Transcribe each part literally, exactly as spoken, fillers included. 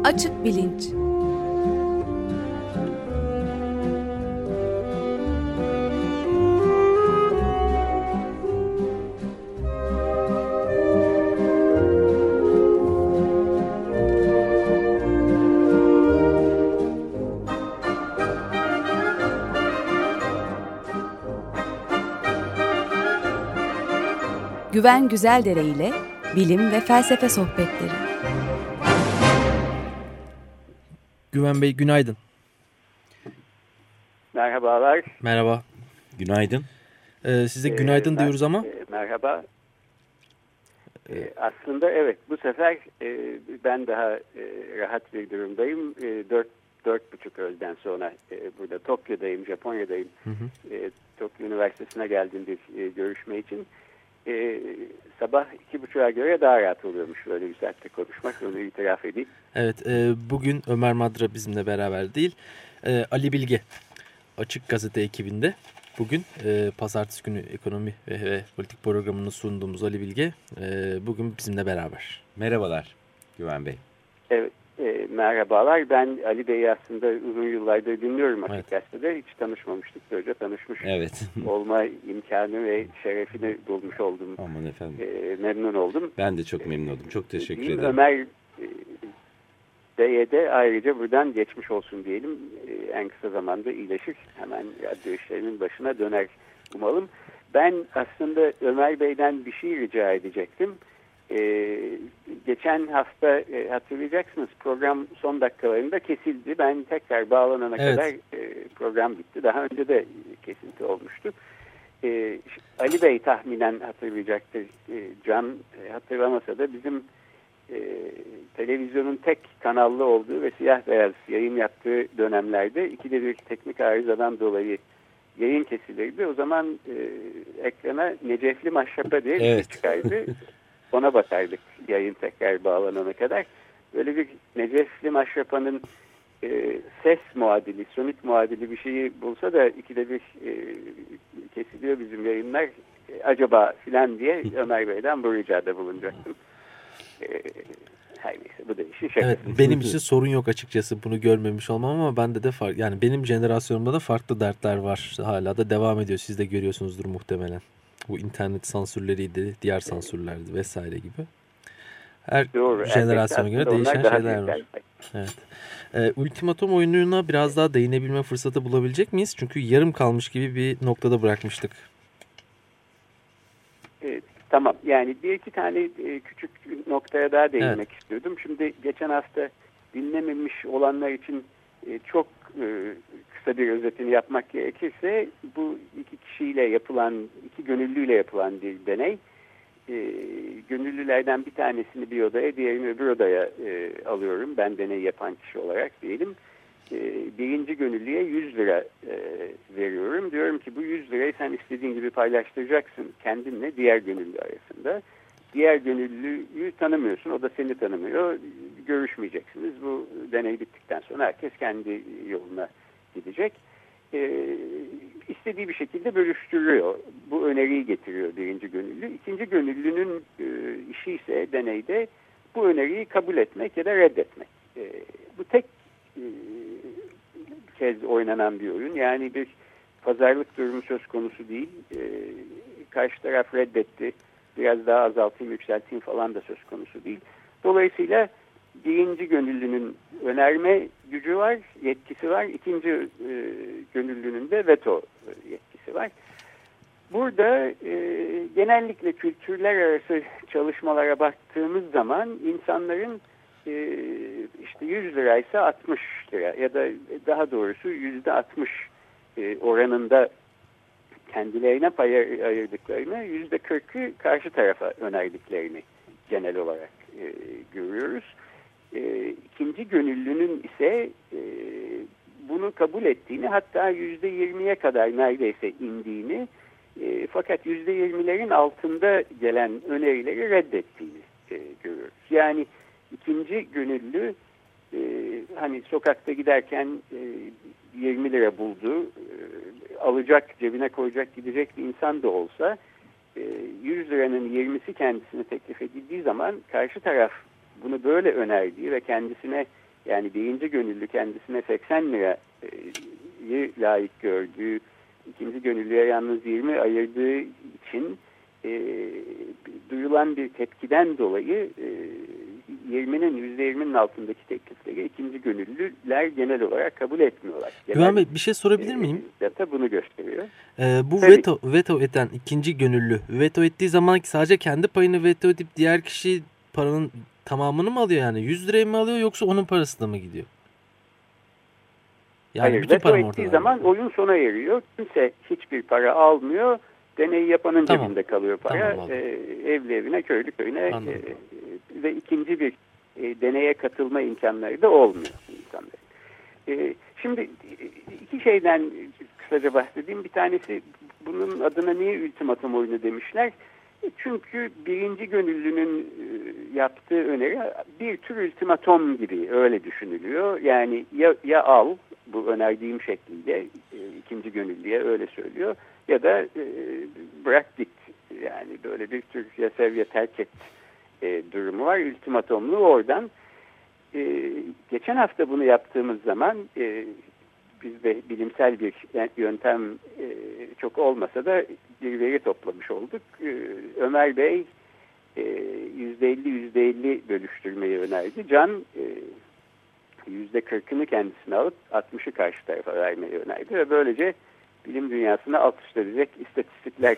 Açık bilinç. Güven Güzeldere ile bilim ve felsefe sohbetleri. Güven Bey, günaydın. Merhabalar. Merhaba. Günaydın. Ee, size günaydın ee, diyoruz ama. E, merhaba. E, aslında evet, bu sefer e, ben daha e, rahat bir durumdayım. E, dört, dört buçuk öğleden sonra e, burada Tokyo'dayım, Japonya'dayım. Hı hı. E, Tokyo Üniversitesi'ne geldim bir e, görüşme için. E, sabah iki buçuğa göre daha rahat oluyormuş böyle bir saatte konuşmak, onu itiraf edeyim. Evet, e, bugün Ömer Madra bizimle beraber değil, e, Ali Bilge Açık Gazete ekibinde. Bugün e, pazartesi günü ekonomi ve, ve politik programını sunduğumuz Ali Bilge e, bugün bizimle beraber. Merhabalar Güven Bey. Evet, e, merhabalar. Ben Ali Bey'i aslında uzun yıllardır dinliyorum Açık evet. Gazete'de. Hiç tanışmamıştık. Böylece tanışmış evet. olma imkanı ve şerefini bulmuş oldum. Aman efendim. E, memnun oldum. Ben de çok memnun oldum. Çok teşekkür Diyeyim, ederim. Ömer e, Bey'e de ayrıca buradan geçmiş olsun diyelim. E, en kısa zamanda iyileşir. Hemen radyo işlerinin başına döner umalım. Ben aslında Ömer Bey'den bir şey rica edecektim. Ee, geçen hafta e, hatırlayacaksınız, program son dakikalarında kesildi. Ben tekrar bağlanana evet. kadar e, program bitti. Daha önce de kesinti olmuştu. E, Ali Bey tahminen hatırlayacaktır. E, Can e, hatırlamasa da bizim e, televizyonun tek kanallı olduğu ve siyah beyaz yayın yaptığı dönemlerde ikide bir teknik arızadan dolayı yayın kesilirdi. O zaman e, ekrana Necefli Maşrapa diye evet. bir şey çıkardı. Ona bakardık yayın tekrar bağlanana kadar. Böyle bir Necefli Maşrapa'nın e, ses muadili, sonik muadili bir şeyi bulsa da ikide bir e, kesiliyor bizim yayınlar. E, acaba filan diye Ömer Bey'den bu ricada bulunacaktım. E, her neyse, bu da işin şakası. Evet, benim için sorun yok açıkçası bunu görmemiş olmam ama bende de fark, yani benim jenerasyonumda da farklı dertler var. Hala da devam ediyor. Siz de görüyorsunuzdur muhtemelen. Bu internet sansürleriydi, diğer sansürlerdi vesaire gibi. Her Doğru, jenerasyona göre değişen şeyler var. Evet. Ee, ultimatum oyununa biraz daha değinebilme fırsatı bulabilecek miyiz? Çünkü yarım kalmış gibi bir noktada bırakmıştık. Evet, tamam. Yani bir iki tane e, küçük noktaya daha değinmek evet. istiyordum. Şimdi geçen hafta dinlememiş olanlar için e, çok e, kısa bir özetini yapmak gerekirse, bu iki kişiyle yapılan, iki gönüllüyle yapılan bir deney. E, gönüllülerden bir tanesini bir odaya, diğerini öbür odaya e, alıyorum. Ben deney yapan kişi olarak diyelim. E, birinci gönüllüye yüz lira e, veriyorum. Diyorum ki bu yüz lirayı sen istediğin gibi paylaştıracaksın kendinle diğer gönüllü arasında. Diğer gönüllüyü tanımıyorsun, o da seni tanımıyor. Görüşmeyeceksiniz. Bu deney bittikten sonra herkes kendi yoluna gidecek. Ee, istediği bir şekilde bölüştürüyor. Bu öneriyi getiriyor birinci gönüllü. İkinci gönüllünün e, işi ise deneyde bu öneriyi kabul etmek ya da reddetmek. E, bu tek e, kez oynanan bir oyun. Yani bir pazarlık durumu söz konusu değil. E, karşı taraf reddetti, biraz daha azaltayım, yükselteyim falan da söz konusu değil. Dolayısıyla birinci gönüllünün önerme gücü var, yetkisi var. İkinci e, gönüllünün de veto yetkisi var. Burada e, genellikle kültürler arası çalışmalara baktığımız zaman insanların e, işte yüz liraysa altmış lira ya da daha doğrusu yüzde altmış e, oranında kendilerine pay ayırdıklarını, yüzde kırkı karşı tarafa önerdiklerini genel olarak e, görüyoruz. E, ikinci gönüllünün ise e, bunu kabul ettiğini, hatta yüzde yirmiye kadar neredeyse indiğini, e, fakat yüzde yirmilerin altında gelen önerileri reddettiğini e, görüyoruz. Yani ikinci gönüllü e, hani sokakta giderken e, yirmi lira buldu, e, alacak, cebine koyacak, gidecek bir insan da olsa e, yüz liranın yirmisi kendisine teklif edildiği zaman karşı taraf bunu böyle önerdiği ve kendisine Yani birinci gönüllü kendisine seksen lirayı layık gördüğü, ikinci gönüllüye yalnız yirmi ayırdığı için e, duyulan bir tepkiden dolayı e, yirminin yüzde yirminin altındaki teklifleri ikinci gönüllüler genel olarak kabul etmiyorlar. Genel, Güven Bey, bir şey sorabilir miyim? E, data bunu gösteriyor. Ee, bu Tabii. veto veto eden ikinci gönüllü veto ettiği zaman sadece kendi payını veto edip diğer kişi paranın tamamını mı alıyor yani? yüz lirayı mı alıyor yoksa onun parası da mı gidiyor? Yani Hayır, bütün veto para mı ettiği ortada? zaman oyun sona eriyor. Kimse hiçbir para almıyor. Deneyi yapanın Tamam. cebinde kalıyor para. Tamam, e, evli evine, köylü köyüne e, Anladım. ve ikinci bir e, deneye katılma imkanları da olmuyor insanların. E, şimdi e, iki şeyden kısaca bahsedeyim. Bir tanesi, bunun adına niye ultimatum oyunu demişler? E, çünkü birinci gönüllünün e, yaptığı öneri bir tür ultimatom gibi öyle düşünülüyor. Yani ya, ya al bu önerdiğim şekliyle, e, ikinci gönüllüye öyle söylüyor, ya da e, bırak git, yani böyle bir tür ya sev ya terk et e, durumu var. Ultimatomlu oradan. E, geçen hafta bunu yaptığımız zaman e, biz de bilimsel bir yöntem e, çok olmasa da bir veri toplamış olduk. E, Ömer Bey e, yüzde elli yüzde elli bölüştürmeyi önerdi. Can e, yüzde kırkını kendisine alıp altmışı karşı tarafa vermeyi önerdi ve böylece bilim dünyasına alt üst edecek istatistikler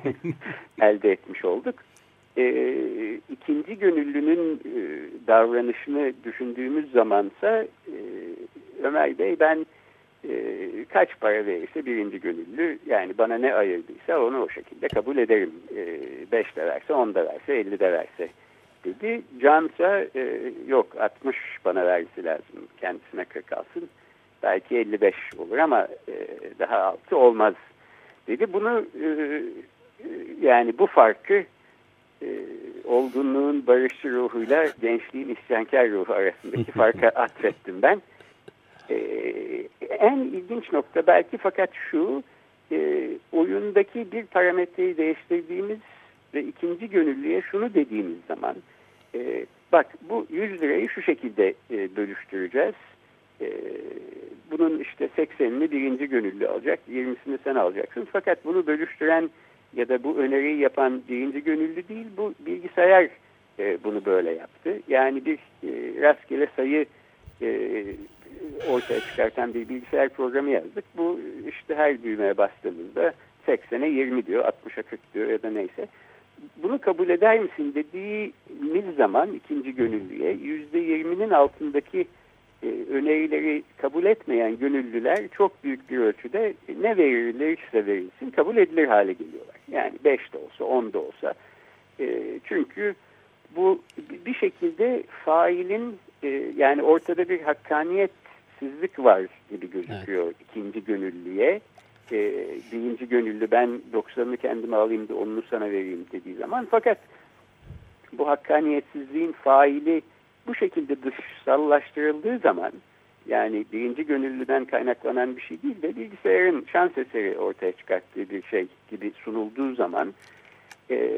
elde etmiş olduk. E, ikinci gönüllünün e, davranışını düşündüğümüz zamansa e, Ömer Bey, ben e, kaç para verirse birinci gönüllü, yani bana ne ayırdıysa onu o şekilde kabul ederim. E, beş de verse, on da verse, elli de verse dedi. Cansa e, yok, altmış bana vergisi lazım, kendisine kırk alsın. Belki elli beş olur ama e, daha altı olmaz dedi. Bunu e, yani bu farkı e, olgunluğun barışçı ruhuyla gençliğin isyankar ruhu arasındaki farka atfettim ben. E, en ilginç nokta belki fakat şu, e, oyundaki bir parametreyi değiştirdiğimiz ve ikinci gönüllüye şunu dediğimiz zaman, e, bak bu yüz lirayı şu şekilde e, bölüştüreceğiz. E, bunun işte seksenini birinci gönüllü alacak, yirmisini sen alacaksın. Fakat bunu bölüştüren ya da bu öneriyi yapan birinci gönüllü değil, bu bilgisayar e, bunu böyle yaptı. Yani bir e, rastgele sayı e, ortaya çıkartan bir bilgisayar programı yazdık. Bu işte her düğmeye bastığımızda seksene yirmi diyor, altmışa kırk diyor ya da neyse. Bunu kabul eder misin dediğimiz zaman ikinci gönüllüye yüzde yirminin altındaki e, önerileri kabul etmeyen gönüllüler çok büyük bir ölçüde e, ne verilirse verilsin kabul edilir hale geliyorlar. Yani beş de olsa, on da olsa. E, çünkü bu bir şekilde failin e, yani ortada bir hakkaniyetsizlik var gibi gözüküyor, evet, ikinci gönüllüye. E, birinci gönüllü ben doksanını kendime alayım da onunu sana vereyim dediği zaman, fakat bu hakkaniyetsizliğin faili bu şekilde dışsallaştırıldığı zaman, yani birinci gönüllüden kaynaklanan bir şey değil de bilgisayarın şans eseri ortaya çıkarttığı bir şey gibi sunulduğu zaman e,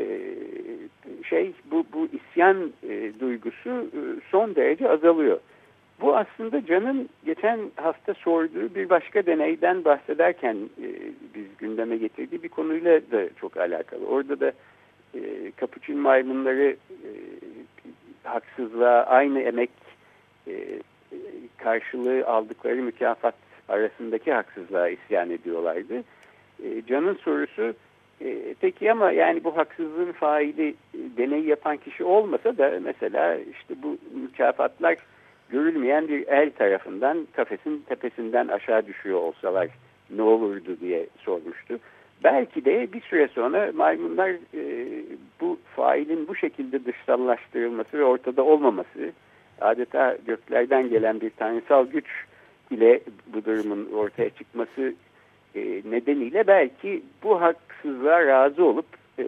şey bu, bu isyan e, duygusu e, son derece azalıyor. Bu aslında Can'ın geçen hafta sorduğu bir başka deneyden bahsederken e, biz gündeme getirdiği bir konuyla da çok alakalı. Orada da e, kapuçin maymunları e, haksızlığa, aynı emek e, karşılığı aldıkları mükafat arasındaki haksızlığa isyan ediyorlardı. E, Can'ın sorusu, e, peki ama yani bu haksızlığın faili e, deneyi yapan kişi olmasa da mesela işte bu mükafatlar görülmeyen bir el tarafından kafesin tepesinden aşağı düşüyor olsalar ne olurdu diye sormuştu. Belki de bir süre sonra maymunlar e, bu failin bu şekilde dışsallaştırılması ve ortada olmaması, adeta göklerden gelen bir tanrısal güç ile bu durumun ortaya çıkması e, nedeniyle belki bu haksızlığa razı olup e,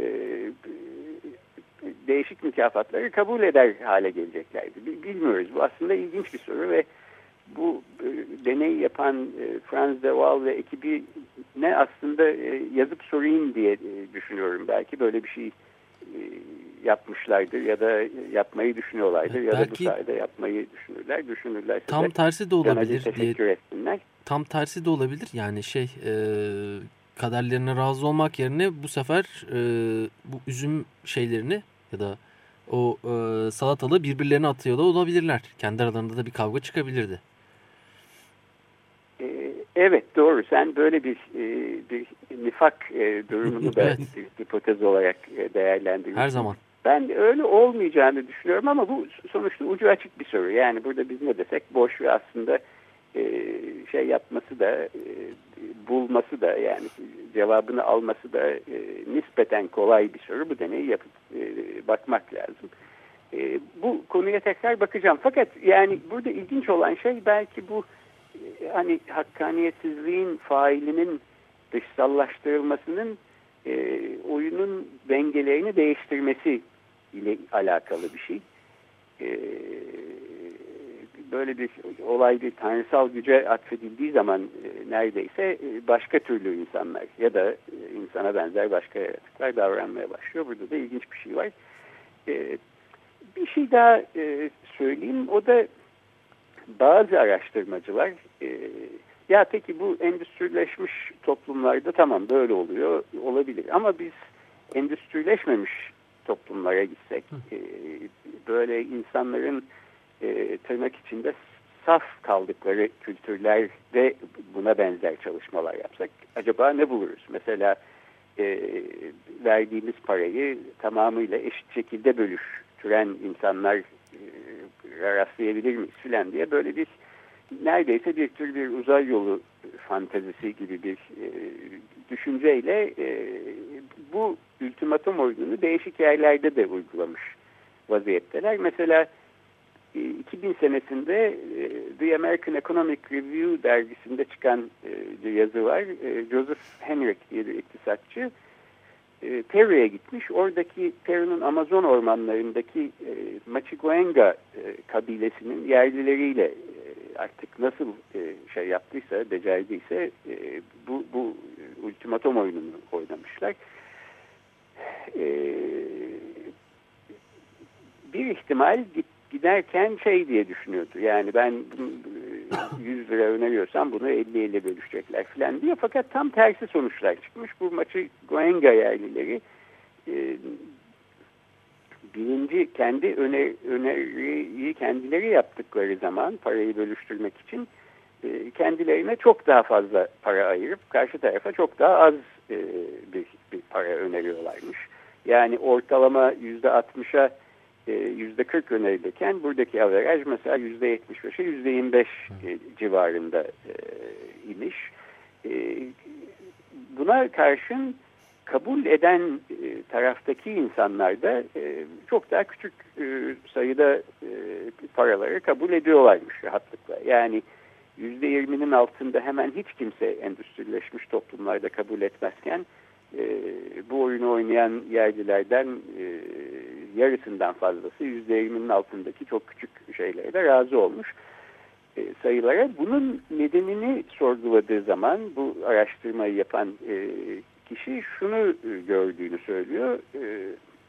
değişik mükafatları kabul eder hale geleceklerdi. Bilmiyoruz. Bu aslında ilginç bir soru ve bu e, deneyi yapan e, Franz de Waal ve ekibi ne aslında e, yazıp sorayım diye e, düşünüyorum. Belki böyle bir şey e, yapmışlardır ya da yapmayı düşünüyorlardır ya Belki da bu sayede yapmayı düşünürler. Düşünürlerse tam de tersi de olabilir diye. teşekkür etsinler. Tam tersi de olabilir. Yani şey e, kaderlerine razı olmak yerine bu sefer e, bu üzüm şeylerini ya da o e, salatalığı birbirlerine atıyor da olabilirler. Kendi aralarında da bir kavga çıkabilirdi. Evet, doğru. Sen böyle bir, bir nifak durumunu da evet. bir hipotez olarak değerlendiriyorsun. Her zaman. Ben öyle olmayacağını düşünüyorum ama bu sonuçta ucu açık bir soru. Yani burada biz ne desek boş ve aslında şey yapması da, bulması da, yani cevabını alması da nispeten kolay bir soru. Bu deneyi yapıp bakmak lazım. Bu konuya tekrar bakacağım. Fakat yani burada ilginç olan şey belki bu hani hakkaniyetsizliğin failinin dışsallaştırılmasının e, oyunun dengelerini değiştirmesi ile alakalı bir şey. E, böyle bir olay bir tanrısal güce atfedildiği zaman e, neredeyse e, başka türlü insanlar ya da e, insana benzer başka yaratıklar davranmaya başlıyor. Burada da ilginç bir şey var. E, bir şey daha e, söyleyeyim. O da bazı araştırmacılar e, ya peki bu endüstrileşmiş toplumlarda tamam böyle oluyor olabilir ama biz endüstrileşmemiş toplumlara gitsek e, böyle insanların e, tırnak içinde saf kaldıkları kültürlerde buna benzer çalışmalar yapsak acaba ne buluruz? Mesela e, verdiğimiz parayı tamamıyla eşit şekilde bölüştüren insanlar e, rastlayabilir miyiz filan diye böyle bir neredeyse bir tür bir uzay yolu fantezisi gibi bir e, düşünceyle e, bu ultimatum oyununu değişik yerlerde de uygulamış vaziyetteler. Mesela e, iki bin senesinde e, The American Economic Review dergisinde çıkan e, bir yazı var. E, Joseph Henrich diye bir iktisatçı e, Peru'ya gitmiş. Oradaki Peru'nun Amazon ormanlarındaki e, Machigoenga e, kabilesinin yerlileriyle e, artık nasıl e, şey yaptıysa, becerdiyse e, bu, bu ultimatom oyununu oynamışlar. E, bir ihtimal giderken şey diye düşünüyordu. Yani ben yüz lira öneriyorsam bunu elli elli bölüşecekler falan diye. Fakat tam tersi sonuçlar çıkmış. Bu maçı Goenga yerlileri e, birinci kendi öner, öneriyi kendileri yaptıkları zaman parayı bölüştürmek için e, kendilerine çok daha fazla para ayırıp karşı tarafa çok daha az e, bir, bir para öneriyorlarmış. Yani ortalama yüzde altmışa yüzde kırk önerilirken buradaki averaj mesela yüzde yetmiş beşe yüzde yirmi beş civarında e, imiş. E, buna karşın kabul eden e, taraftaki insanlar da e, çok daha küçük e, sayıda e, paraları kabul ediyorlarmış rahatlıkla. Yani yüzde yirminin altında hemen hiç kimse endüstrileşmiş toplumlarda kabul etmezken e, bu oyunu oynayan yerlilerden e, yarısından fazlası yüzde yirminin altındaki çok küçük şeylere de razı olmuş e, sayılara. Bunun nedenini sorguladığı zaman bu araştırmayı yapan e, kişi şunu e, gördüğünü söylüyor. E,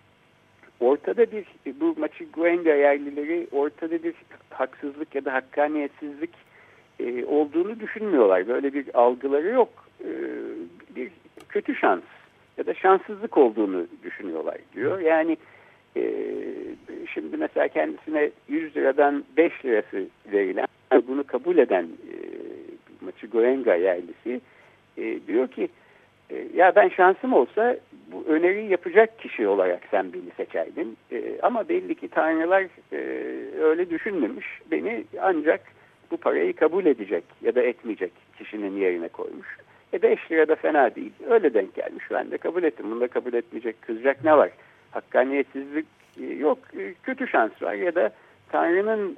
ortada bir, bu Machigoenga yerlileri ortada bir haksızlık ya da hakkaniyetsizlik e, olduğunu düşünmüyorlar. Böyle bir algıları yok. E, bir kötü şans ya da şanssızlık olduğunu düşünüyorlar diyor. Yani e, şimdi mesela kendisine yüz liradan beş lirası verilen, bunu kabul eden e, Machigoenga yerlisi e, diyor ki e, ya ben şansım olsa bu öneriyi yapacak kişi olarak sen beni seçerdin. E, ama belli ki tanrılar e, öyle düşünmemiş. Beni ancak bu parayı kabul edecek ya da etmeyecek kişinin yerine koymuş. E beş lira da fena değil. Öyle denk gelmiş. Ben de kabul ettim. Bunu da kabul etmeyecek, kızacak ne var? Hakkaniyetsizlik yok. Kötü şans var ya da Tanrı'nın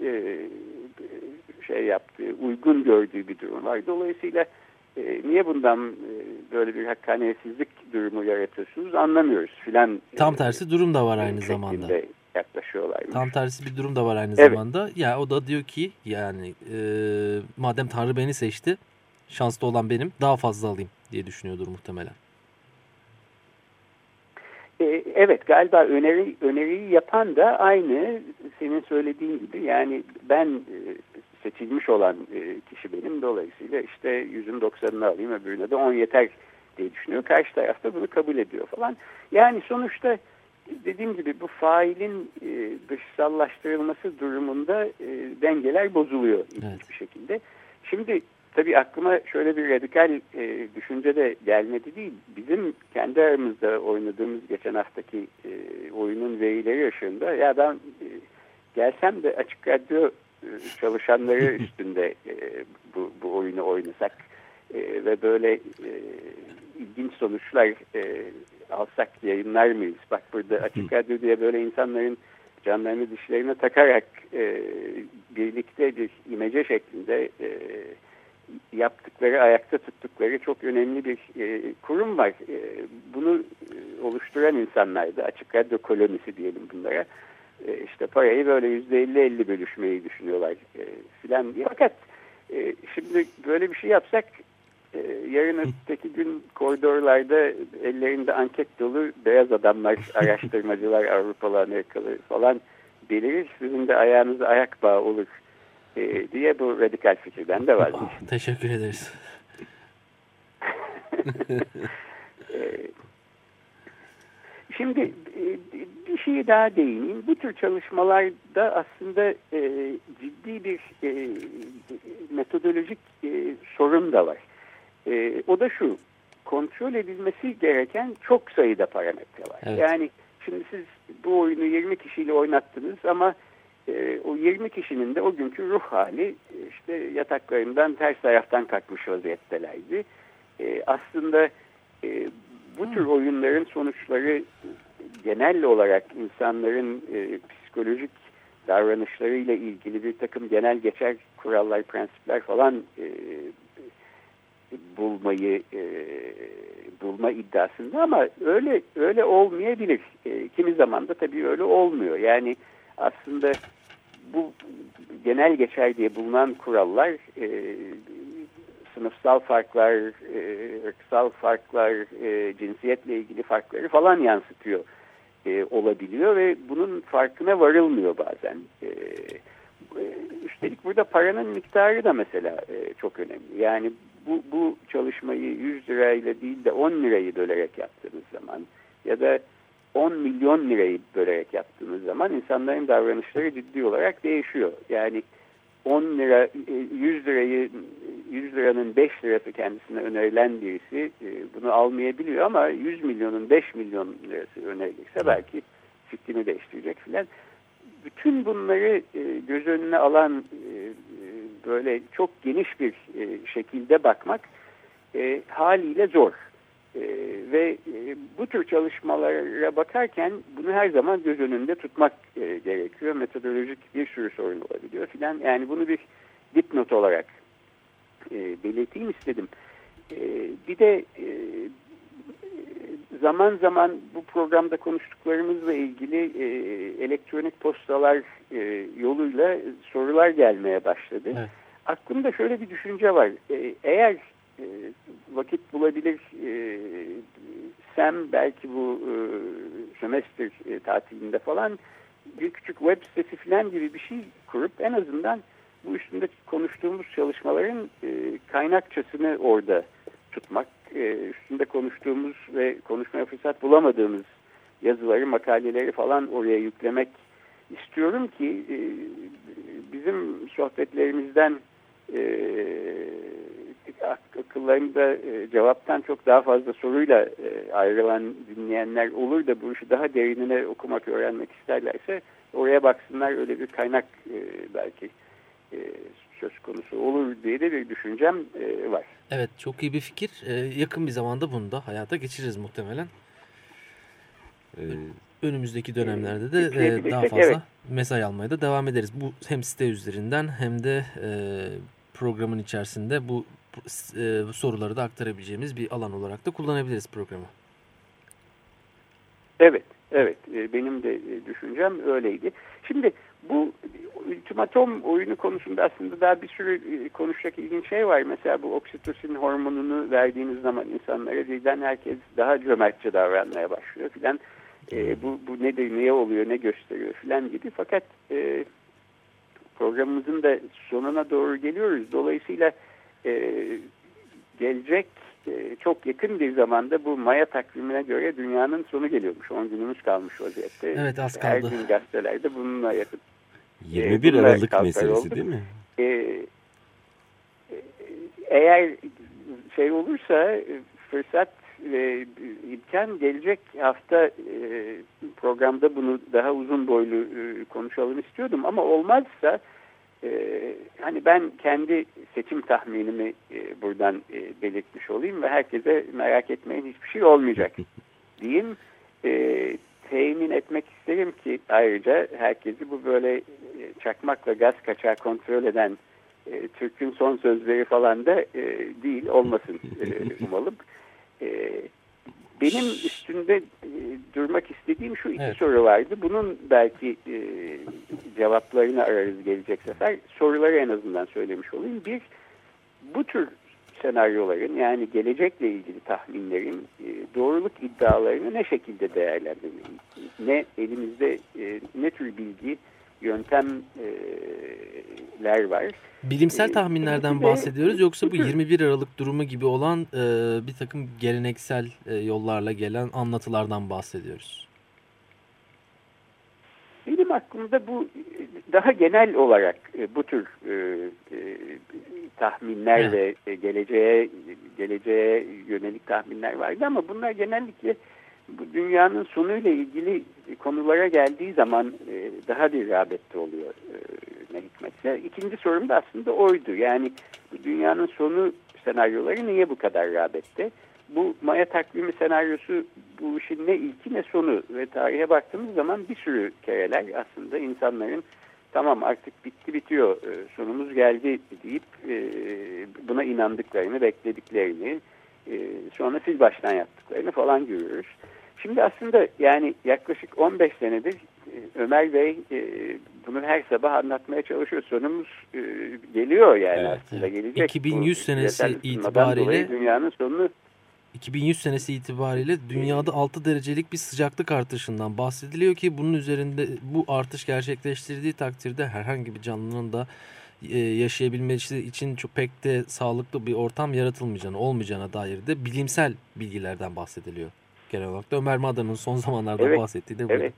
şey yaptığı, uygun gördüğü bir durum var. Dolayısıyla niye bundan böyle bir hakkaniyetsizlik durumu yaratıyorsunuz anlamıyoruz filan. Tam tersi durum da var aynı zamanda. Yaklaşıyorlarmış. Tam tersi bir durum da var aynı evet. zamanda. Ya o da diyor ki yani e, madem Tanrı beni seçti, şanslı olan benim, daha fazla alayım diye düşünüyordur muhtemelen. E, evet galiba öneri, öneriyi yapan da aynı senin söylediğin gibi. Yani ben e, seçilmiş olan e, kişi benim, dolayısıyla işte yüzün doksanını alayım, öbürüne de on yeter diye düşünüyor. Karşı taraf da bunu kabul ediyor falan. Yani sonuçta dediğim gibi bu failin e, dışsallaştırılması durumunda e, dengeler bozuluyor ilginç evet. bir şekilde. Şimdi tabii aklıma şöyle bir radikal e, düşünce de gelmedi değil. Bizim kendi aramızda oynadığımız geçen haftaki e, oyunun verileri ışığında ya ben e, gelsem de Açık Radyo e, çalışanları üstünde e, bu, bu oyunu oynasak e, ve böyle e, ilginç sonuçlar e, alsak yayınlar mıyız? Bak burada Açık Radyo diye böyle insanların canlarını dişlerine takarak e, birlikte bir imece şeklinde e, yaptıkları, ayakta tuttukları çok önemli bir e, kurum var. E, bunu e, oluşturan insanlar da Açık Radyo kolonisi diyelim bunlara. E, işte parayı böyle yüzde elli elli bölüşmeyi düşünüyorlar e, filan diye. Fakat e, şimdi böyle bir şey yapsak e, yarın öteki gün koridorlarda ellerinde anket dolu beyaz adamlar, araştırmacılar, Avrupalı, Amerikalı falan belirir. Sizin de ayağınıza ayak bağı olur E, diye bu radikal fikirden de var. Oh, teşekkür ederiz. e, şimdi e, bir şey daha değineyim. Bu tür çalışmalarda aslında e, ciddi bir e, metodolojik e, sorun da var. E, o da şu, kontrol edilmesi gereken çok sayıda parametre var. Evet. Yani şimdi siz bu oyunu yirmi kişiyle oynattınız ama E, o yirmi kişinin de o günkü ruh hali işte yataklarından ters taraftan kalkmış vaziyettelerdi. E, aslında e, bu tür oyunların sonuçları genel olarak insanların e, psikolojik davranışlarıyla ilgili bir takım genel geçer kurallar, prensipler falan e, bulmayı e, bulma iddiasında ama öyle öyle olmayabilir. E, kimi zaman da tabii öyle olmuyor. Yani aslında bu genel geçer diye bulunan kurallar e, sınıfsal farklar, e, ırksal farklar, e, cinsiyetle ilgili farkları falan yansıtıyor e, olabiliyor ve bunun farkına varılmıyor bazen. E, e, üstelik burada paranın miktarı da mesela e, çok önemli. Yani bu, bu çalışmayı yüz lirayla değil de on lirayı bölerek yaptığınız zaman ya da on milyon lirayı bölerek yaptığınız zaman insanların davranışları ciddi olarak değişiyor. Yani on lira, yüz lirayı, yüz liranın beş lirası kendisine önerilen birisi bunu almayabiliyor ama yüz milyonun beş milyon lirası önerilirse belki fikrini değiştirecek filan. Bütün bunları göz önüne alan böyle çok geniş bir şekilde bakmak haliyle zor. Ee, ve e, bu tür çalışmalara bakarken bunu her zaman göz önünde tutmak e, gerekiyor. Metodolojik bir sürü sorun olabiliyor filan. Yani bunu bir dipnot olarak e, belirteyim istedim. E, bir de e, zaman zaman bu programda konuştuklarımızla ilgili e, elektronik postalar e, yoluyla sorular gelmeye başladı. Evet. Aklımda şöyle bir düşünce var. E, eğer E, vakit bulabilir e, Sam belki bu e, sömestr e, tatilinde falan bir küçük web sitesi falan gibi bir şey kurup en azından bu üstünde konuştuğumuz çalışmaların e, kaynakçasını orada tutmak, e, üstünde konuştuğumuz ve konuşmaya fırsat bulamadığımız yazıları, makaleleri falan oraya yüklemek istiyorum ki e, bizim sohbetlerimizden e, akıllarında e, cevaptan çok daha fazla soruyla e, ayrılan dinleyenler olur da bu işi daha derinine okumak, öğrenmek isterlerse oraya baksınlar, öyle bir kaynak e, belki e, söz konusu olur diye de bir düşüncem e, var. Evet, çok iyi bir fikir. E, yakın bir zamanda bunu da hayata geçiririz muhtemelen. Ee, Önümüzdeki dönemlerde de e, daha fazla evet. mesaj almaya da devam ederiz. Bu hem site üzerinden hem de e, programın içerisinde bu e, soruları da aktarabileceğimiz bir alan olarak da kullanabiliriz programı. Evet, evet. E, benim de düşüncem öyleydi. Şimdi bu ultimatom oyunu konusunda aslında daha bir sürü konuşacak ilginç şey var. Mesela bu oksitosin hormonunu verdiğiniz zaman insanlara birden herkes daha cömertçe davranmaya başlıyor filan. E, bu, bu nedir, niye oluyor, ne gösteriyor filan gibi. Fakat e, programımızın da sonuna doğru geliyoruz. Dolayısıyla e, gelecek e, çok yakın bir zamanda bu Maya takvimine göre dünyanın sonu geliyormuş. on günümüz kalmış vaziyette. Evet, az kaldı. Her gün gazetelerde bununla yakın. yirmi bir e, Aralık meselesi oldu. Değil mi? E, e, eğer şey olursa fırsat ve imkan gelecek hafta e, programda bunu daha uzun boylu e, konuşalım istiyordum ama olmazsa e, hani ben kendi seçim tahminimi e, buradan e, belirtmiş olayım ve herkese merak etmeyin hiçbir şey olmayacak diyeyim. E, temin etmek isterim ki ayrıca herkesi bu böyle e, çakmakla gaz kaçağı kontrol eden e, Türk'ün son sözleri falan da e, değil olmasın e, umalım. E, benim üstünde e, durmak istediğim şu iki evet. soru vardı. Bunun belki e, cevaplarını ararız gelecek sefer. Soruları en azından söylemiş olayım. Bir, bu tür senaryoların yani gelecekle ilgili tahminlerin e, doğruluk iddialarını ne şekilde değerlendirmeliyiz? Ne elimizde e, ne tür bilgi, yöntemler var? Bilimsel tahminlerden bahsediyoruz yoksa bu yirmi bir Aralık durumu gibi olan e, bir takım geleneksel e, yollarla gelen anlatılardan bahsediyoruz. Benim aklımda bu daha genel olarak e, bu tür e, e, tahminler evet. ve e, geleceğe geleceğe yönelik tahminler vardı ama bunlar genellikle bu dünyanın sonuyla ilgili konulara geldiği zaman e, daha bir rağbette oluyor e, ne hikmetse. İkinci sorum da aslında oydu. Yani bu dünyanın sonu senaryoları niye bu kadar rağbette? Bu Maya takvimi senaryosu bu işin ne ilki ne sonu ve tarihe baktığımız zaman bir sürü kereler aslında insanların tamam artık bitti bitiyor sonumuz geldi deyip buna inandıklarını, beklediklerini sonra sil baştan yaptıklarını falan görüyoruz. Şimdi aslında yani yaklaşık on beş senedir Ömer Bey bunu her sabah anlatmaya çalışıyor. Sonumuz geliyor yani evet, aslında evet. gelecek. iki bin yüz senesi itibariyle dünyanın sonunu iki bin yüz senesi itibariyle dünyada altı derecelik bir sıcaklık artışından bahsediliyor ki bunun üzerinde bu artış gerçekleştirdiği takdirde herhangi bir canlının da yaşayabilmesi için çok pek de sağlıklı bir ortam yaratılmayacağını, olmayacağına dair de bilimsel bilgilerden bahsediliyor. Genel olarak da Ömer Madra'nın son zamanlarda evet, bahsettiği de buydu. Evet.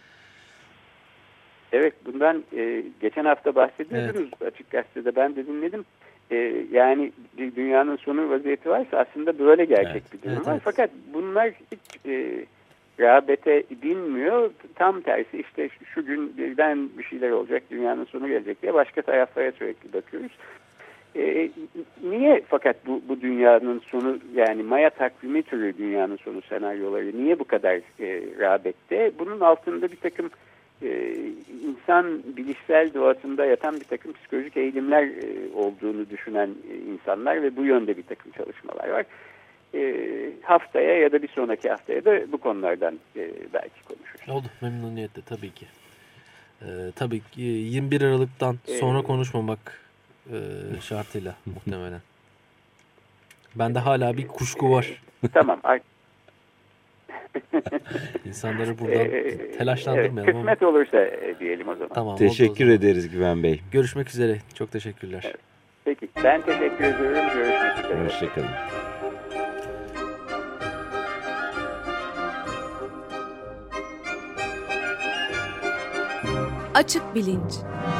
Evet, bundan e, geçen hafta bahsediyordunuz evet. Açık Gazete'de ben de dinledim. E, yani dünyanın sonu vaziyeti varsa aslında böyle gerçek evet, bir durum evet, var. Evet. Fakat bunlar hiç e, rağbete binmiyor. Tam tersi işte şu, şu gün birden bir şeyler olacak, dünyanın sonu gelecek diye başka taraflara sürekli bakıyoruz. E, niye fakat bu, bu dünyanın sonu yani Maya takvimi türü dünyanın sonu senaryoları niye bu kadar e, rağbette? Bunun altında bir takım e, insan bilişsel doğasında yatan bir takım psikolojik eğilimler e, olduğunu düşünen e, insanlar ve bu yönde bir takım çalışmalar var. E, haftaya ya da bir sonraki haftaya da bu konulardan e, belki konuşuruz. Oldu, memnuniyetle tabii ki. E, tabii ki yirmi bir Aralık'tan sonra e, konuşmamak e, şartıyla muhtemelen. Bende hala bir kuşku var. Tamam. İnsanları buradan telaşlandırmayalım. Evet, kısmet ama. Olursa diyelim o zaman. Tamam, teşekkür ederiz Güven Bey. Görüşmek üzere. Çok teşekkürler. Evet. Peki. Ben teşekkür ediyorum. Görüşmek üzere. Hoşçakalın. Açık Bilinç.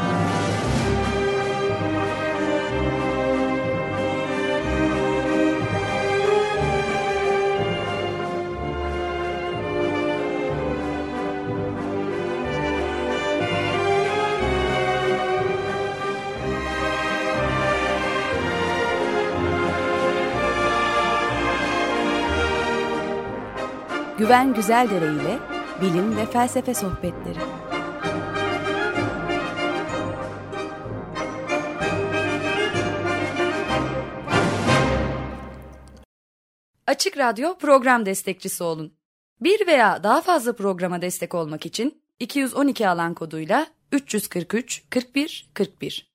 Güven Güzeldere ile bilim ve felsefe sohbetleri. Açık Radyo program destekçisi olun. Bir veya daha fazla programa destek olmak için iki yüz on iki alan koduyla üç yüz kırk üç kırk bir kırk bir